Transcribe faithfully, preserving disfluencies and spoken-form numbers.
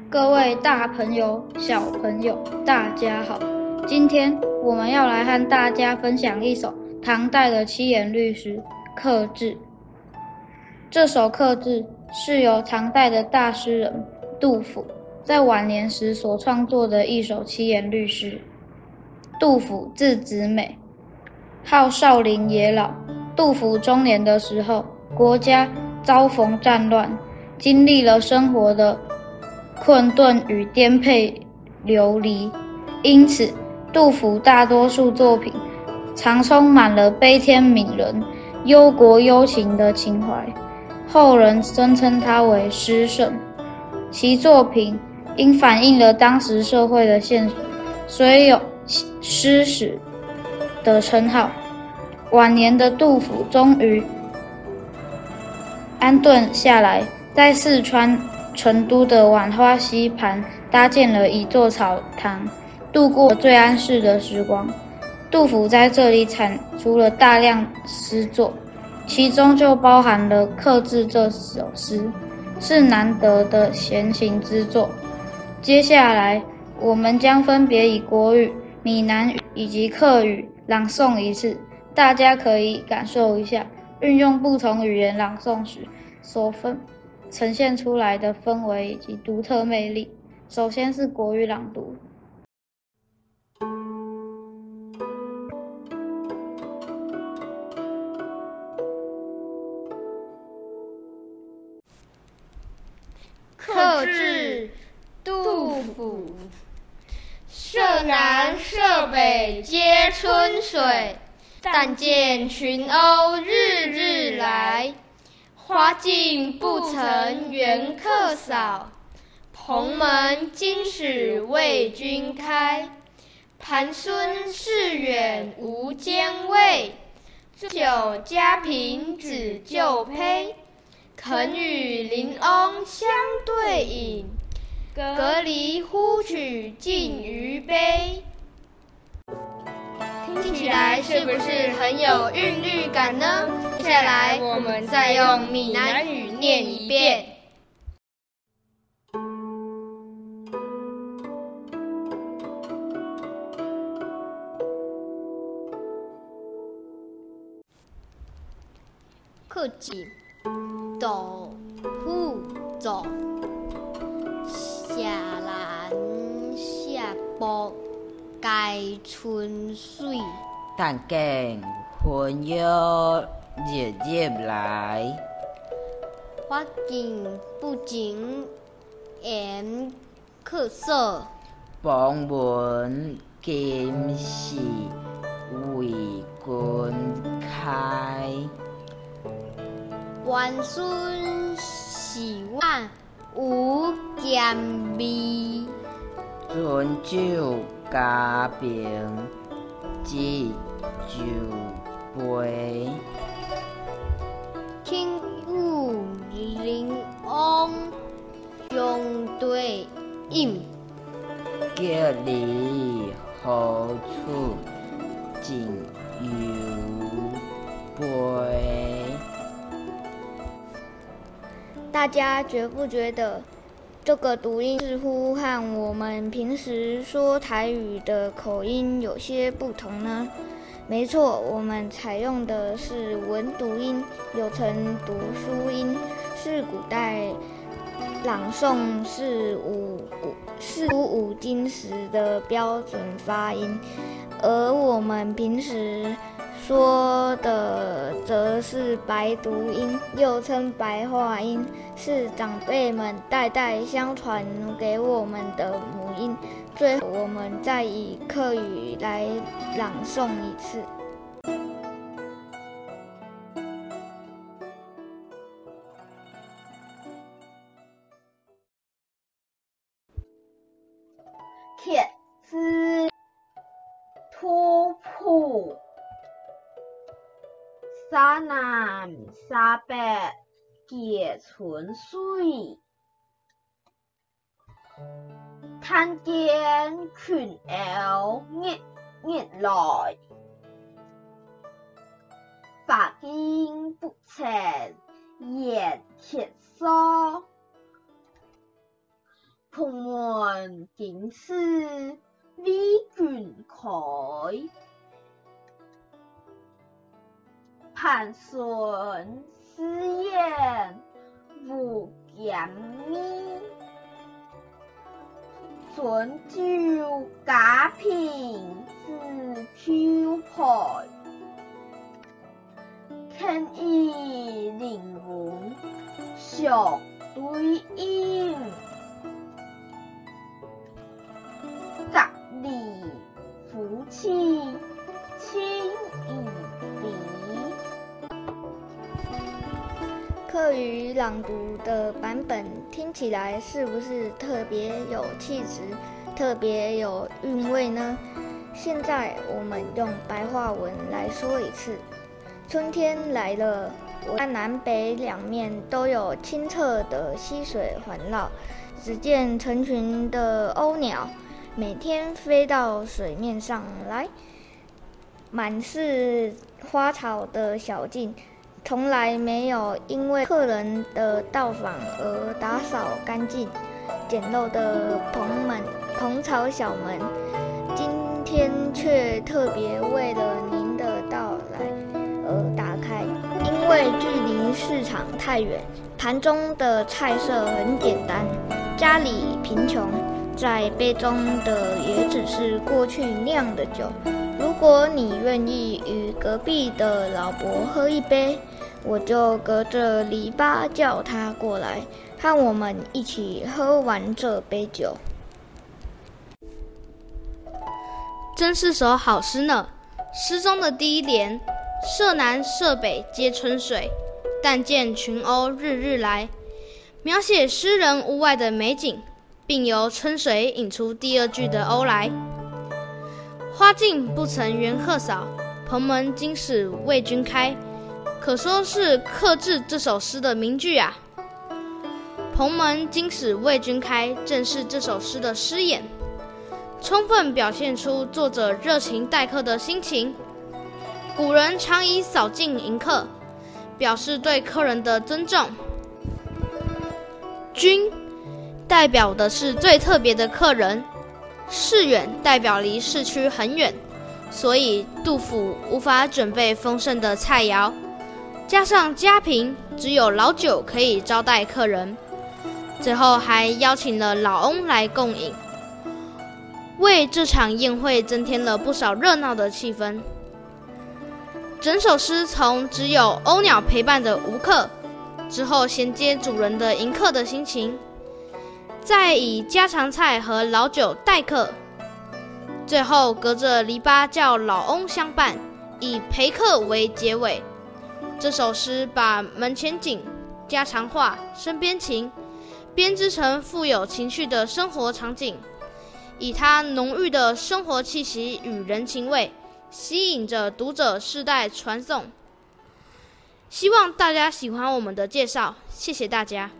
各位大朋友、小朋友，大家好！今天我们要来和大家分享一首唐代的七言律诗《客至》。这首客至是由唐代的大诗人杜甫在晚年时所创作的一首七言律诗。杜甫字子美，号少陵野老。杜甫中年的时候，国家遭逢战乱，经历了生活的困顿与颠沛流离，因此杜甫大多数作品常充满了悲天悯人、忧国忧情的情怀，后人尊称他为诗圣。其作品因反映了当时社会的现实，所以有诗史的称号。晚年的杜甫终于安顿下来，在四川成都的浣花溪畔搭建了一座草堂，度过最安适的时光。杜甫在这里产出了大量诗作，其中就包含了《客至》这首诗，是难得的闲情之作。接下来我们将分别以国语、闽南语以及客语朗诵一次，大家可以感受一下运用不同语言朗诵时所分呈现出来的氛围以及独特魅力。首先是国语朗读。 客至，杜甫。舍南舍北皆春水，但见群鸥日日来。花径不曾缘客扫，蓬门今始为君开。盘孙市远无兼味，醉酒家贫只旧醅。肯与邻翁相对饮，隔篱呼取尽余杯。听起来是不是很有韵律感呢？接下来我们再用闽南语念一遍。 客至，杜甫作。舍南舍北皆春水， 但见云烟日日来。 花径不经言客扫， 蓬门今始为君开。 盘孙市远无兼味， 醉酒家贫只酒杯。 肯与邻翁相对饮， 隔篱呼取尽余杯。 大家觉不觉得这个读音似乎和我们平时说台语的口音有些不同呢？没错，我们采用的是文读音，又称读书音，是古代朗诵四五五四书五经时的标准发音，而我们平时说的则是白读音，又称白话音，是长辈们代代相传给我们的母音。最后，我们再以客语来朗诵一次。 客至，杜甫。舍南舍北皆春水，但見群鷗日日來。花徑不曾言客掃，蓬经是李俊开，潘顺私言无见面，尊酒家贫自求牌，肯以灵魂相对应，隔离夫妻情义离。 课语朗读的版本听起来是不是特别有气质、特别有韵味呢？现在我们用白话文来说一次。春天来了，我家南北两面都有清澈的溪水环绕，只见成群的鸥鸟每天飞到水面上来，满是花草的小径从来没有因为客人的到访而打扫干净。简陋的棚门、棚草小门，今天却特别为了您的到来而打开。因为距离市场太远，盘中的菜色很简单，家里贫穷，在杯中的也只是过去酿的酒。如果你愿意与隔壁的老伯喝一杯，我就隔着篱笆叫他过来，和我们一起喝完这杯酒。 真是首好诗呢！诗中的第一联“舍南舍北皆春水，但见群鸥日日来”，描写诗人屋外的美景，并由春水引出第二句的鸥来。花径不曾缘鹤扫，蓬门今始为君开，可说是克制这首诗的名句啊。蓬门今始为君开，正是这首诗的诗眼，充分表现出作者热情待客的心情。古人常以扫径迎客，表示对客人的尊重。君代表的是最特别的客人，市远代表离市区很远，所以杜甫无法准备丰盛的菜肴，加上家贫，只有老酒可以招待客人，最后还邀请了老翁来共饮，为这场宴会增添了不少热闹的气氛。整首诗从只有鸥鸟陪伴的无客，之后衔接主人的迎客的心情，再以家常菜和老酒待客，最后隔着篱笆叫老翁相伴，以陪客为结尾。这首诗把门前景、家常话、身边情编织成富有情趣的生活场景，以它浓郁的生活气息与人情味，吸引着读者世代传颂。希望大家喜欢我们的介绍，谢谢大家。